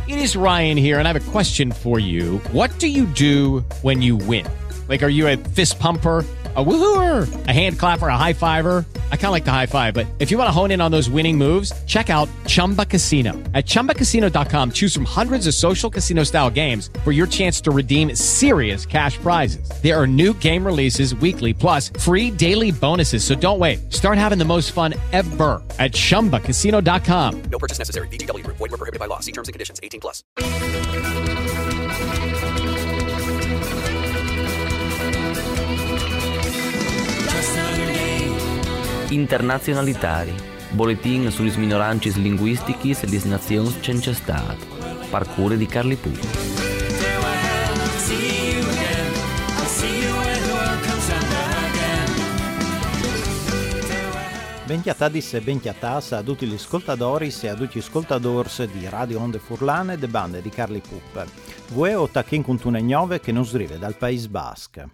It is Ryan here, and I have a question for you. What do you do when you win? Like, are you a fist pumper, a woohooer, a hand clapper, a high fiver? I kind of like the high five, but if you want to hone in on those winning moves, check out Chumba Casino. At ChumbaCasino.com, choose from hundreds of social casino style games for your chance to redeem serious cash prizes. There are new game releases weekly, plus free daily bonuses. So don't wait. Start having the most fun ever at ChumbaCasino.com. No purchase necessary. VGW Group. Void where prohibited by law. See terms and conditions. 18 plus. Internazionalitari, boletin sulle minoranze linguistiche e le nazioni senza Stato, parcure di Carli Pupi. Benchiatadis e benchiatas a tutti gli ascoltatori e a tutti gli ascoltatori di Radio Onde Furlane e bande di Carli Pup. Vue o tacchin cuntune 9 che non scrive dal Paese Basque.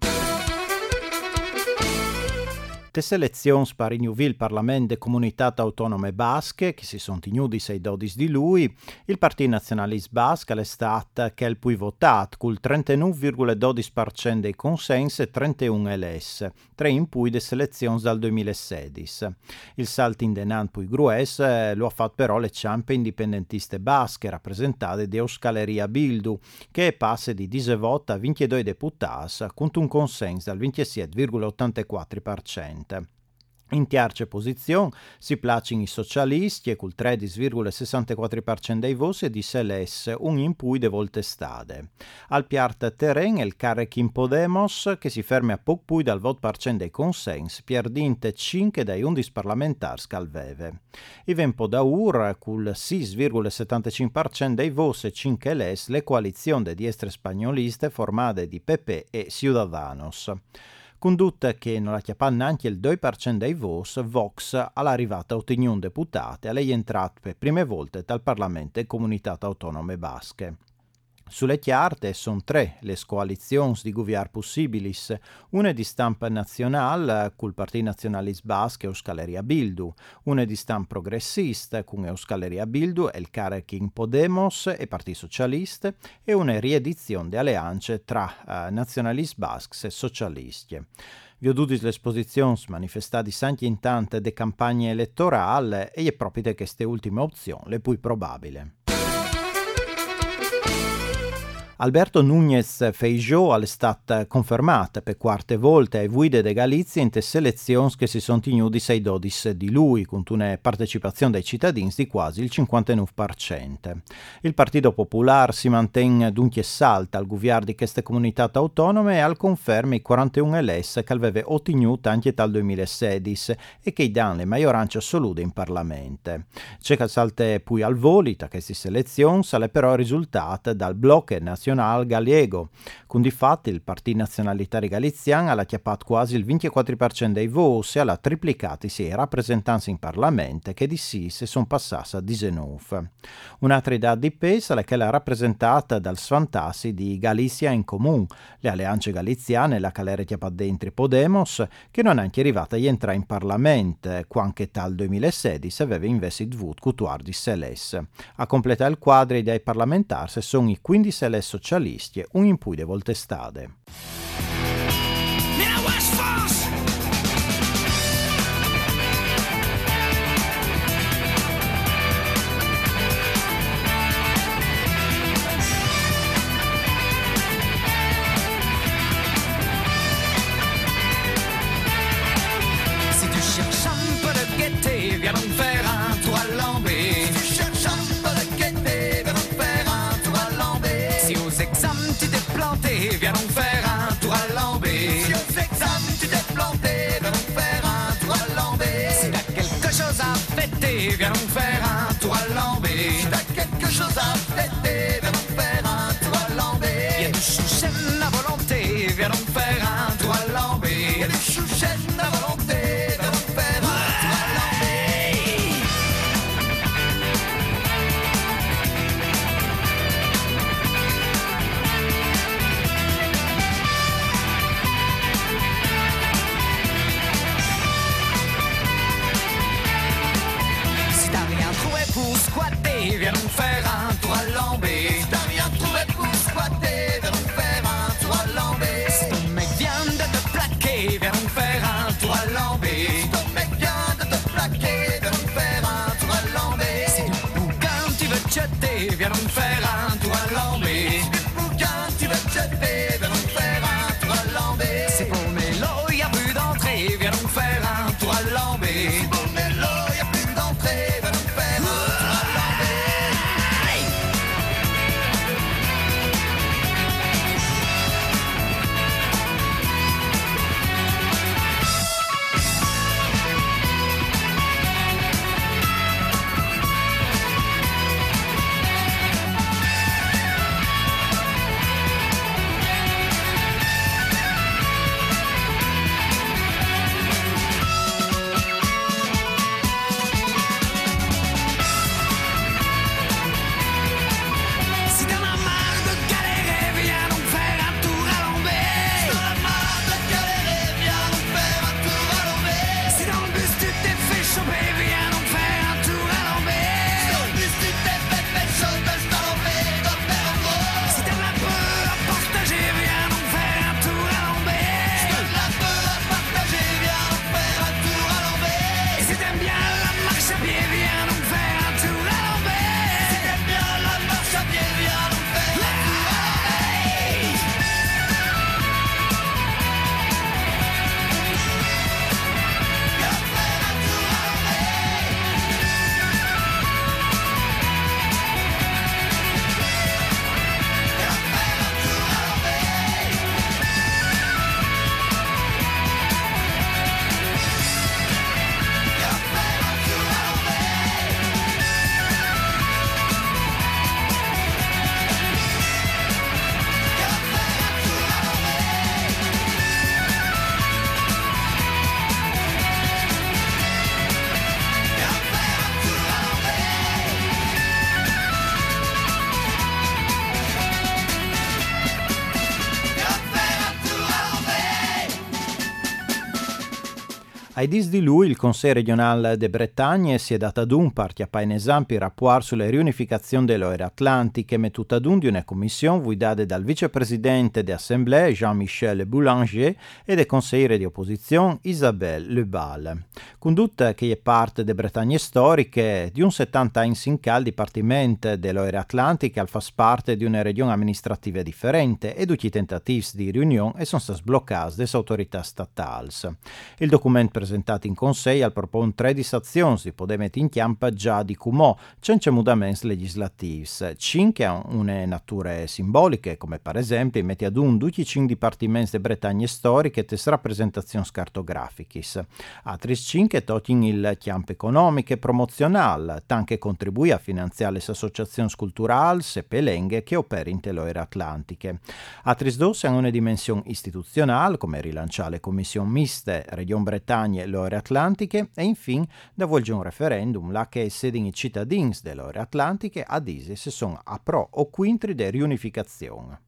Le selezioni per rinnovare il Parlamento e Comunità Autonome Basche, che si sono tenuti il 12 di lui, il Partito Nazionalista Basque è stato che il poi votato con il 39,12% dei consensi e 31 eless, 3 in poi le selezioni dal 2016. Il salto in denant poi grues lo ha fatto però le ciampe indipendentiste basche, rappresentate da Euskaleria Bildu, che passa di 10 voti a 22 deputati, con un consenso del 27,84%. In terza posizione si placano i socialisti e col 13,64% dei voti e di Seles, un in poi de volte stade. Al piarta terreno il Carrequín Podemos che si ferma a poco poi dal voto % dei consensi, perdinte 5 dai 11 parlamentari scalveve. I Vempo da Ur col 6,75% dei voti e 5 les le coalizioni di destre spagnoliste formate di PP e Ciudadanos. Condotta che non la chiappanno anche il 2% dei voti, Vox all'arrivata a ottenere un deputato e lei è entrata per prime volte dal Parlamento e Comunità Autonome Basche. Sulle chiarte sono 3 le coalizioni di governo possibili, una di stampa nazionale col Partito Nazionalista Basque e Euskaleria Bildu, una di stampa progressista con Euskaleria Bildu e il Carrequín Podemos e Partito Socialista e una riedizione di alleanze tra nazionalisti basques e socialisti. Vi ho tutte le esposizioni manifestate anche in tante de campagne elettorali e è proprio da queste ultime opzioni le più probabili. Alberto Núñez Feijóo è stata confermata per quarte volte ai guide de Galizia in te selezioni che si sono tenute il 12 di lui, con una partecipazione dei cittadini di quasi il 59%. Il Partito Popolare si mantiene dunque salta al governo di queste comunità autonome e al conferma i 41 eless che aveva ottenuto anche dal 2016 e che danno le maggioranze assolute in Parlamento. C'è che salte poi al volo da queste selezioni sale però risultata dal blocco nazionale gallego, con di fatti il Partito Nazionalitari Galiziano ha chiappato quasi il 24% dei voti e ha triplicato sia rappresentanze in Parlamento che di sì si sono passati a 19. Un'altra idea di peso è che la rappresentata dal svantassi di Galizia in Comune, le alleanze galiziane, la calere chiappato dentro Podemos, che non è anche arrivata a entrare in Parlamento, quanche tal 2016 aveva investito voto cutuar di Seles. A completare il quadro dei parlamentari sono i 15 Seles socialisti e un in poi de volte stade. Si tu cherches un peu de gaieté, viens donc faire un tour à Lambé. Si tu cherches un peu de gaieté, viens donc faire un tour à Lambé. Si aux examens tu t'es planté, viens donc faire un tour viens donc faire un tour à Lambé. Si tu bouquin, tu veux te jeter, viens donc faire un tour à Lambé. C'est pour Mélo, y a plus d'entrée, viens donc faire un tour à Lambé. C'est pour Mélo, y a plus d'entrée, viens donc faire un tour à Lambé. Ai dis di lui, il Conseil regional de Bretagne si è dato ad un parti a paine esampi rapporto sulla riunificazione delle ore atlantiche, mettuta ad un di una commissione guidata dal vicepresidente dell'Assemblée Jean-Michel Boulanger e del consigliere di opposizione Isabelle Le Bal. Condotta che è parte delle Bretagne storiche di un 70 anni in cal dipartimento delle ore atlantiche al fa parte di una regione amministrativa differente e tutti i tentativi di riunione sono stati sbloccati dalle autorità statali. Il documento presentato in Consiglio al propone 13 azioni si può mettere in campo già di cumò, senza mudamenti legislativi. 5 hanno una natura simboliche, come per esempio metti ad un 25 dipartimenti di Bretagne storiche e rappresentazioni cartografiche. Altri 5 tocchiano il campo economico e promozionale, tanto contribuì a finanziare le associazioni culturali e pelenghe che operano in ore atlantiche. Altri 2 hanno una dimensione istituzionale, come rilanciare le commissioni miste Regione Bretagna e le ore atlantiche, e infine da volgere un referendum là che sedino i cittadini delle ore atlantiche a dire se sono a pro o contro di riunificazione.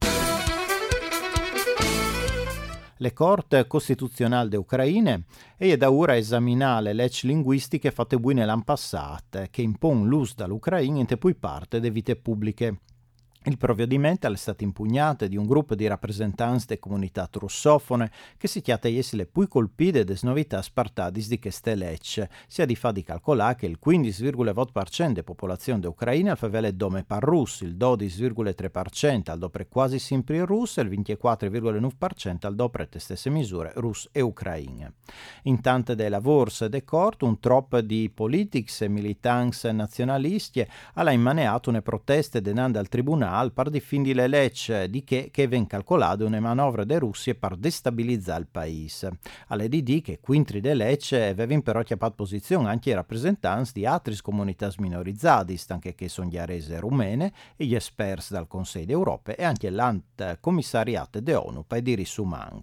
Le Corte Costituzionali d'Ucraina è da ora esaminare le leggi linguistiche fatte buone l'anno passato, che impone l'uso dall'Ucraina in poi parte delle vite pubbliche. Il provvedimento è stato impugnato di un gruppo di rappresentanti delle comunità russofone che si chiama essere le più colpite delle novità spartate di queste leggi. Si ha di fa di calcolare che il 15,8% della popolazione dell'Ucraina favela dome par russi, il 12,3% al dopre quasi sempre russo e il 24,9% al dopre le stesse misure russe e ucraine. In tante dei lavori de corte un troppo di politici e militanti nazionalisti ha immaneato una proteste denando al tribunale per difendere le leggi di che ven calcolato una manovra de Russia per destabilizzare il paese. Alle DD che quintri de leggi avevano però chiappato posizione anche i rappresentanti di altre comunità minorizzate, anche che sono gli arese rumene e gli esperti dal Consiglio d'Europa e anche l'Alt Commissariato de ONU per i diritti umani.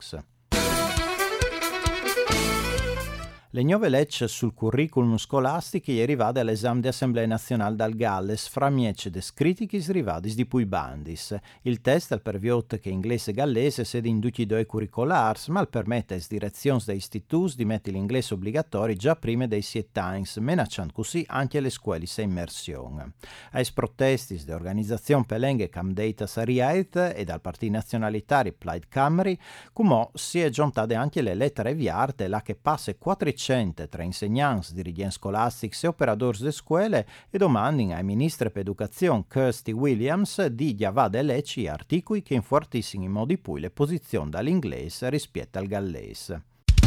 Le nuove leggi sul curriculum scolastico è arrivate all'esame dell'Assemblea Nazionale dal Galles, fra miece des criticis rivadis di pui bandis. Il test al perviot che inglese e gallese sede in tutti i due curricolars, ma permette alle direzioni dei istituti di mettere l'inglese obbligatorio già prima dei 7 anni, menacciando così anche le scuole in immersione. Ai protesti dell'organizzazione pelenghe Camdata Sariait e dal Partito Nazionalitari Plaid Camry, come si è giuntate anche le lettere viarte là che passa 400 recente tra insegnanti, dirigenti scolastici e operatori de scuole e domandano ai ministri per educazione Kirsty Williams di chiavare leggi articoli che infortissino in modi poi le posizioni dall'inglese rispetto al gallese.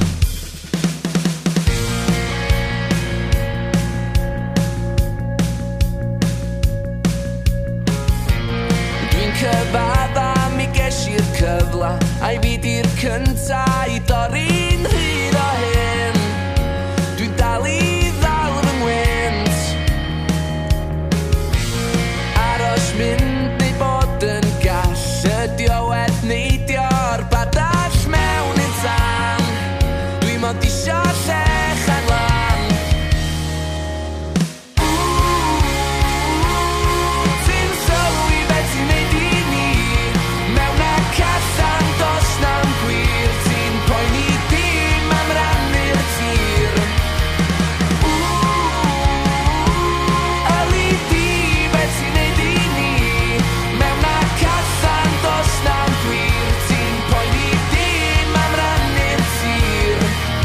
Cyfadda mi geshir cyfla a'i fi di'r cynta I dorri'n hyd o hyn Dwi'n dal I ddal fy ngwynt Aros mynd neu bod yn gall Ydi o werth neidio'r badall mewn un tan Dwi'n mond isio llech a'n lan Ti'n sylwi be ti'n neud I Mewn a callan dos na'n gwir Ti'n poeni dim am rannu'r tir Yli di be ti'n neud I ni Mewn a callan dos na'n gwir Ti'n poeni dim am rannu'r tir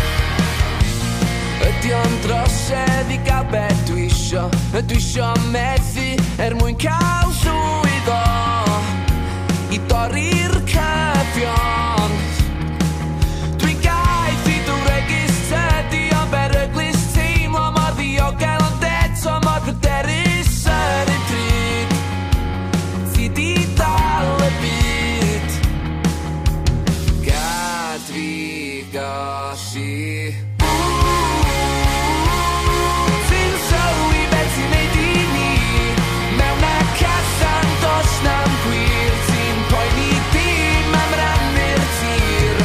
Ydi o'n drosedd I gael be dwi isio Dwi isio methu mwyn cael llwydd o I dorri'r cyfion Dwi'n gaeth I dwregus tydi Ond beryglus teimlo mor ddiogel Ond eto mor pryderus yr un pryd Ti di dal y byd Gad fi golli Ti'n sylwi be ti'n neud I ni Mewn a callan dos na'n gwir Ti'n poeni dim am rannu'r tir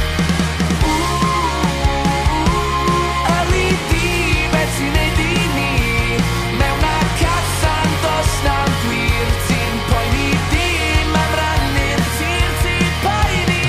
Yli di be ti'n neud I ni Mewn a callan dos na'n gwir Ti'n poeni dim am rannu'r tir Ti'n poeni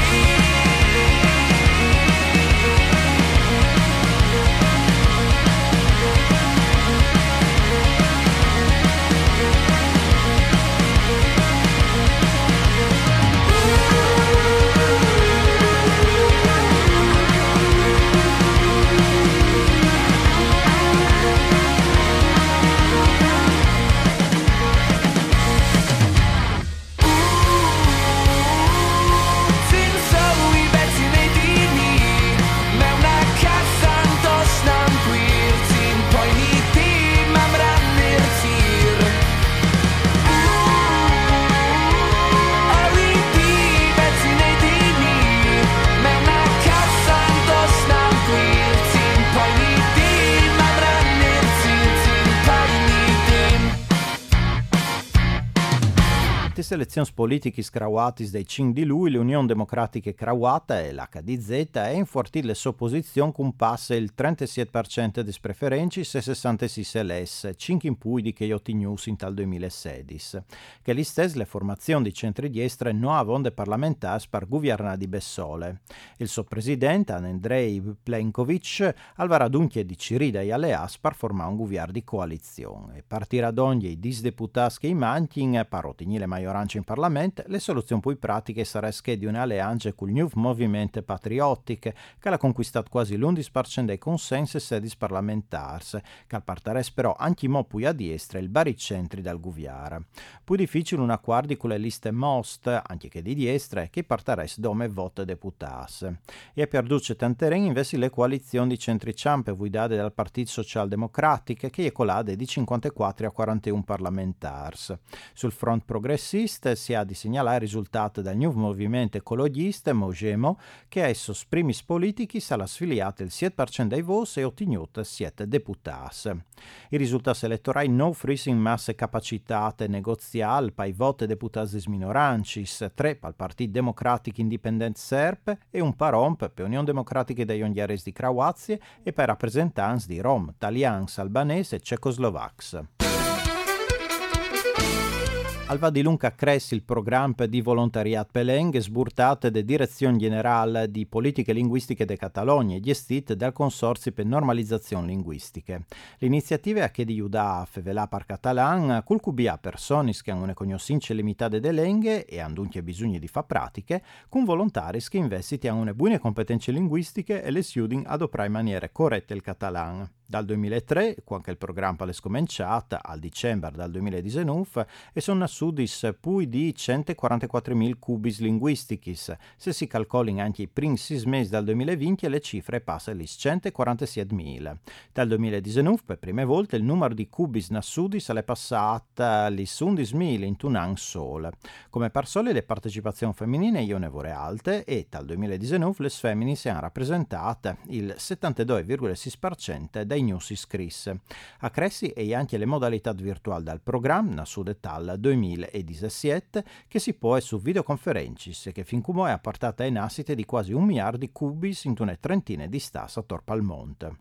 Ti'n sylwi be ti'n neud I ni Mewn a callan dos na'n gwir Ti'n poeni dim am rannu'r tir Yli di be ti'n neud I ni Mewn a callan dos na'n gwir Ti'n poeni dim am rannu'r tir Ti'n poeni dim Le elezioni politiche scrauate dai 5 di luglio, l'Unione Democratica Croata e l'HDZ è infortito le sue posizioni con passa il 37% delle preferenze e 66 LS, 5 in più di che ottenuti in tal 2016. Che le stesse le formazioni di centrodestra non avevano parlamentari per governare di Bessole. Il suo presidente, Andrej Plenković, alvarà dunque di Cirida e alleati per formare un governo di coalizione. Partirà d'ogni i disdeputati che i mantin per ottenere le maggioranze in Parlamento, le soluzioni più pratiche sarebbero di un'alleanza con il Nuovo Movimento Patriottico, che ha conquistato quasi l'11% dei consensi e sedi parlamentari, che partirà però anche mo più a destra il baricentri dal governo. Più difficile un accordo con le liste Most, anche che di destra, che partirà dome voto deputati. E per duce tantereng invece le coalizioni di centricamp guidate dal Partito Socialdemocratico, che è colade di 54 a 41 parlamentari. Sul front progressista si ha di segnalare il risultato del nuovo movimento ecologista Mojemo, che ha esso primis politici sarà sfiliato il 7% dei voti e ottenuto 7 deputati. I risultati elettorali non offriscono masse capacitate negoziali per i voti deputati minorancis, 3 per il Partito Democratico Indipendente Serb e un per romp per Unione Democratica degli Ungheresi di Croazia e per rappresentanti di Rom, Talians, Albanese e Cecoslovacchi. Al va di lunga cresce il programma di volontariat pelenghe sburtate de Direzione Generale di Politiche Linguistiche de Catalogna, gestite dal Consorzio per Normalizzazione Linguistiche. L'iniziativa è che di Iudà a Fevelà par Catalan, col cubia persone che hanno una conoscenza limitata de lingue e hanno dunque bisogno di fare pratiche, con volontari che investiti hanno una buone competenze linguistiche e le studin ad operare in maniera corretta il catalan. Dal 2003, quando il programma è scominciato, al dicembre del 2019, e sono nasciuti più di 144.000 cubis linguisticis. Se si calcolano anche i primi 6 mesi del 2020, le cifre passano agli 147.000. Dal 2019, per prime volte, il numero di cubis nasciuti è passato agli 11.000 in un anno solo. Come per sole, le partecipazioni femminili sono alte e dal 2019 le femmine si hanno rappresentate il 72,6% dei news iscritti. A cresci e anche le modalità virtuali del programma, nasciute dal 2017, che si può su videoconferenze, che fin come è apportata in assite di quasi 1 miliardo di cubis in una trentina di stati attorno al monte.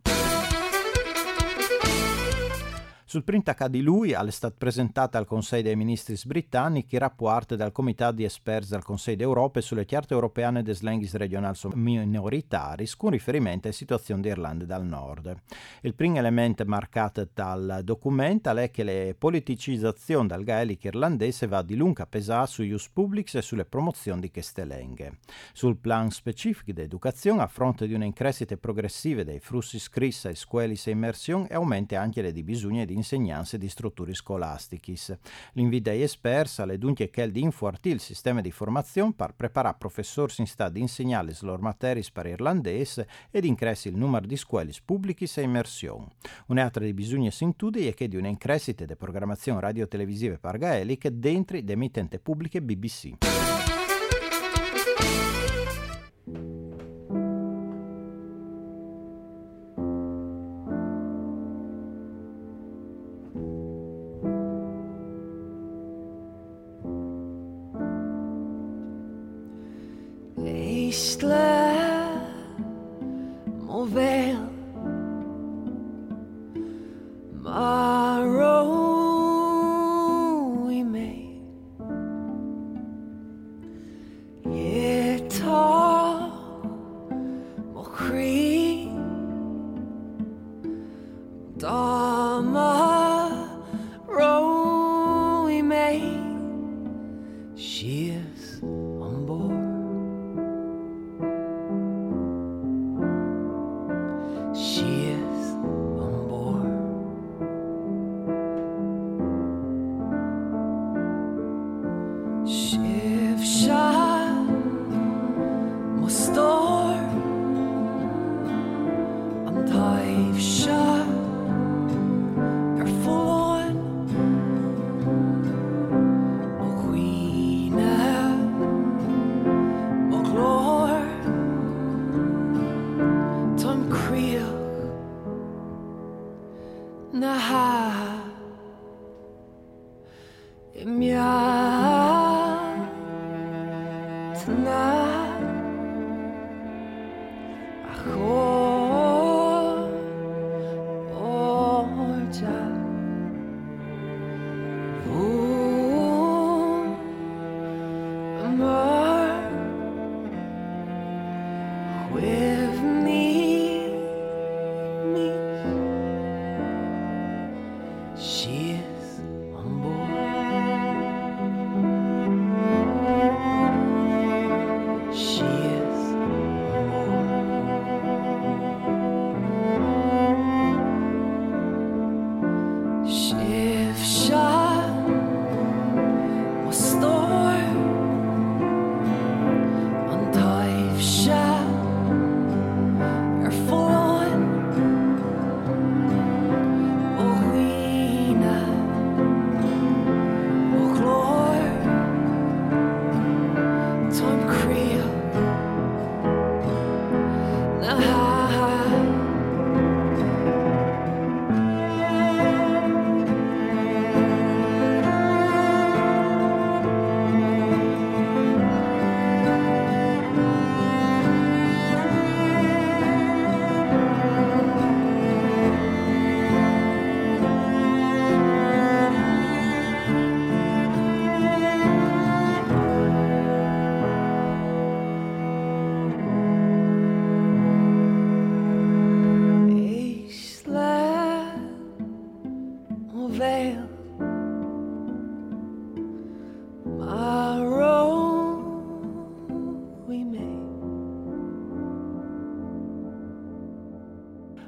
Sul print di lui è stato presentato al Consiglio dei Ministri britannici il rapporto del Comitato di Esperti del Consiglio d'Europa sulle carte europeane des lingues regionali minoritari con riferimento alla situazione d'Irlanda del Nord. Il primo elemento marcato dal documento è che la politicizzazione del gaelico irlandese va di lunga a pesare sugli use publics e sulle promozioni di queste lingue. Sul plan specifico di educazione, a fronte di una crescita progressiva dei flussi iscritti ai scuole e immersione, aumenta anche le bisogni di insegnanze di strutture scolastiche. L'invito agli esperti è dunque quel di infuartire il sistema di formazione per preparare professori in stato di insegnare le loro materie per irlandese ed increscere il numero di scuole pubbliche e immersione. Un'altra di bisogni sentudi è che di una increscita di programmazione radio-televisive per gaeliche dentro le emittenti pubbliche BBC.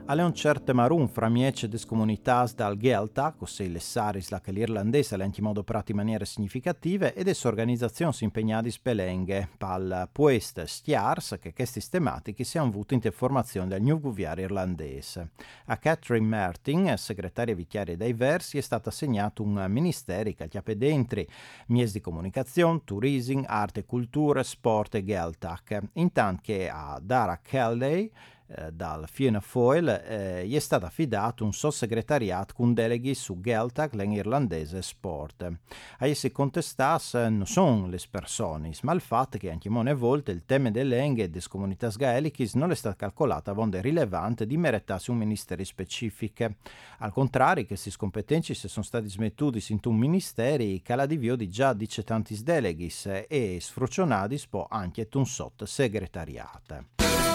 Alle un certe marun fra miece des comunitas dal Gelta, così le saris la che l'irlandese l'ha modo prati in maniere significative, ed es organizzazioni impegnati spelenghe, pal puest stiars che questi tematiche siano avuti in formazione del new governo irlandese. A Catherine Martin, segretaria vicaria dei Versi, è stato assegnato un ministero che ha dentro mies di comunicazione, turismo, arte, cultura, sport e Geltac, intanto che a Dara Kelly dal Fianna Fáil gli è stato affidato un sottosegretariato con deleghi su Geltac, l'irlandese e sport. A essi contestasse non sono le persone, ma il fatto che anche molte volte il tema delle lingue e delle comunità gaeliche non è stato calcolato a onde rilevante di meritarsi un ministero specifico. Al contrario, questi scompetenci si sono stati smettuti in un ministero che la divio di già dice tanti deleghi e sfrucionati po' anche un sottosegretariato.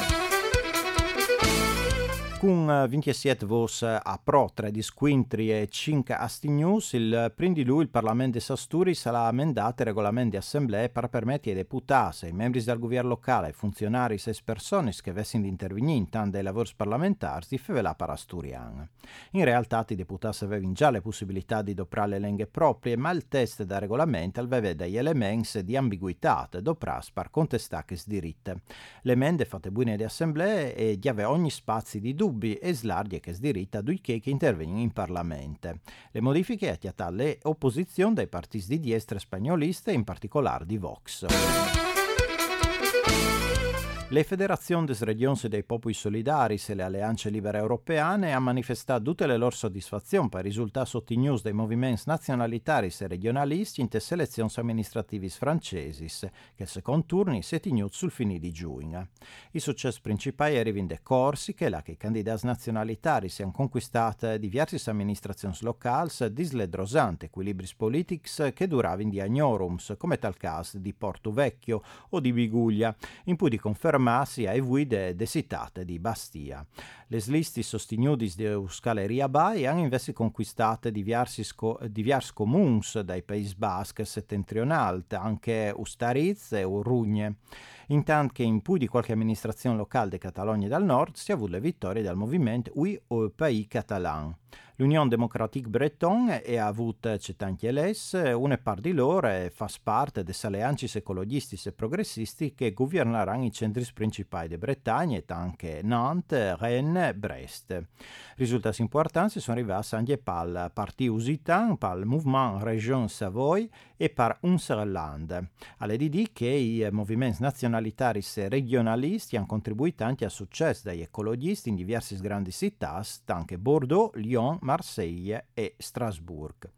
Con 27 voti a pro, 3 di squintri e 5 astignus, il 1 di luglio il Parlamento di Sasturi sarà amendato il regolamento di assemblea per permettere ai deputati, ai membri del governo locale, ai funzionari e persone che avessero di intervenire in tanti dei lavori parlamentari di fevelà per Asturiana. In realtà i deputati avevano già le possibilità di doprare le lingue proprie, ma il test del regolamento aveva degli elementi di ambiguità dopras per contestare questi diritti. Le emende fatte buone di assemblea e di avere ogni spazio di dubbi e slarghe che sdiritta dui che intervengono in Parlamento. Le modifiche attiate le opposizioni dai partiti di destra spagnoliste, in particolare di Vox. Le federazioni des regions dei popoli solidaris e le alleanze libere europeane hanno manifestato tutte le loro soddisfazioni per i risultati ottenuti dai movimenti nazionalitaris e regionalisti in te selezioni amministrativi francesi, che il secondo turno si è tenuto sul fine di giugno. I successi principali arrivano da Corsica, là che i candidati nazionalitaris hanno conquistato diverse amministrazioni locali disledrosanti equilibri politici che duravano di agnorums, come tal caso di Porto Vecchio o di Biguglia, in cui di confermare ai guide desitate di Bastia. Le listi sostenuti di Euskaleria Bai hanno invece conquistato diversi comuni dai Paesi Baschi settentrionali, anche Ustaritz e Urugne, intanto che in più di qualche amministrazione locale di Catalogna dal nord si ha avuto le vittorie dal movimento Oui au Pays Catalan. L'Union Démocratique Bretonne ha avuto anche l'ES, una parte di loro fa parte delle alleanze ecologisti e progressisti che governeranno i centri principali di Bretagna e anche Nantes, Rennes, Brest. Risultati importanti sono arrivati anche per il Partito Usitan, per il Mouvement Région Savoie e per Unserland. Alle DD che i movimenti nazionalitari e regionalisti hanno contribuito anche al successo degli ecologisti in diverse grandi città, anche Bordeaux, Lyon, Marseille e Strasburgo.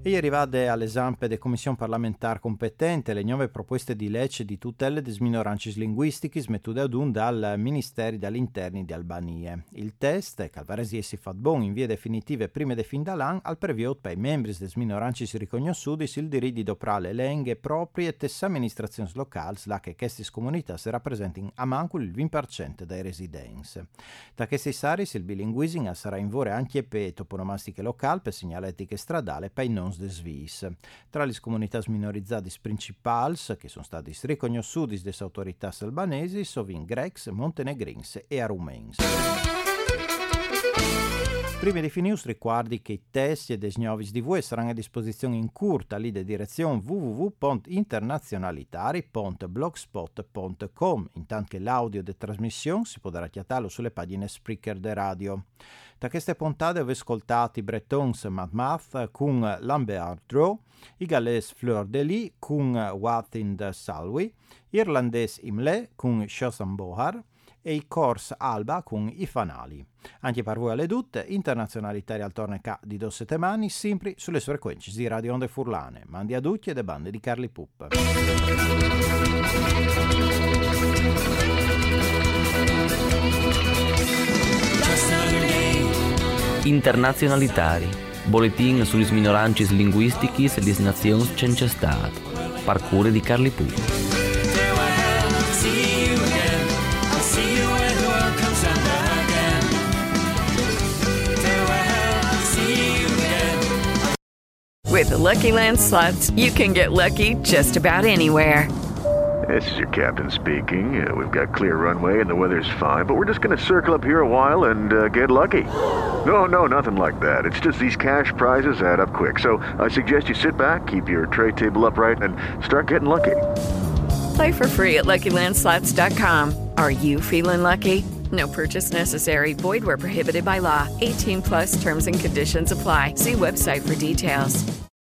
E ieri vade all'esame della Commissione parlamentare competente le nuove proposte di legge di tutela des minorances linguistiche smettute ad un dal Ministeri dell'Interni di Albania. Il test, che alvaresi si fa buon in via definitiva prima di fin dall'anno, al previot per i membri des minorances riconosciuti il diritto di doprare le lingue proprie e tesse amministrazioni locali, là che queste comunità si rappresentino a manco il 20% dei residenti. Da questi saris il bilinguismo sarà in vore anche per toponomastiche locali, per segnaletica stradale, per i non de svis. Tra le comunità minorizzate principali che sono stati riconosciuti dalle autorità albanesi sono grecs, montenegrins e arumens. Prima di finire, ricordi che i testi e dei nuovi di voi saranno a disposizione in curta lì da direzione www.internazionalitari.blogspot.com, intanto che l'audio di trasmissione si potrà chiatarlo sulle pagine Spreaker de radio. Da queste puntate ho ascoltato i Bretons Math con Lambert Draw, i Galles Fleur de Lis con Wathind Salwi, Irlandese Imle con Shosam Bohar e i Cors Alba con i Fanali. Anche per voi alle tutte, internazionalitari al torneca di 2 settimane, sempre sulle frequenze di Radio Onde Furlane. Mandi a tutti e de bande di Carli Pup. Internazionalitari, boletin sulle minoranze linguistiche e le nazioni senza Stato, parcure di Carli Pup. With the Lucky Land Slots, you can get lucky just about anywhere. This is your captain speaking. We've got clear runway and the weather's fine, but we're just going to circle up here a while and get lucky. No, nothing like that. It's just these cash prizes add up quick. So I suggest you sit back, keep your tray table upright, and start getting lucky. Play for free at LuckyLandSlots.com. Are you feeling lucky? No purchase necessary. Void where prohibited by law. 18+ terms and conditions apply. See website for details.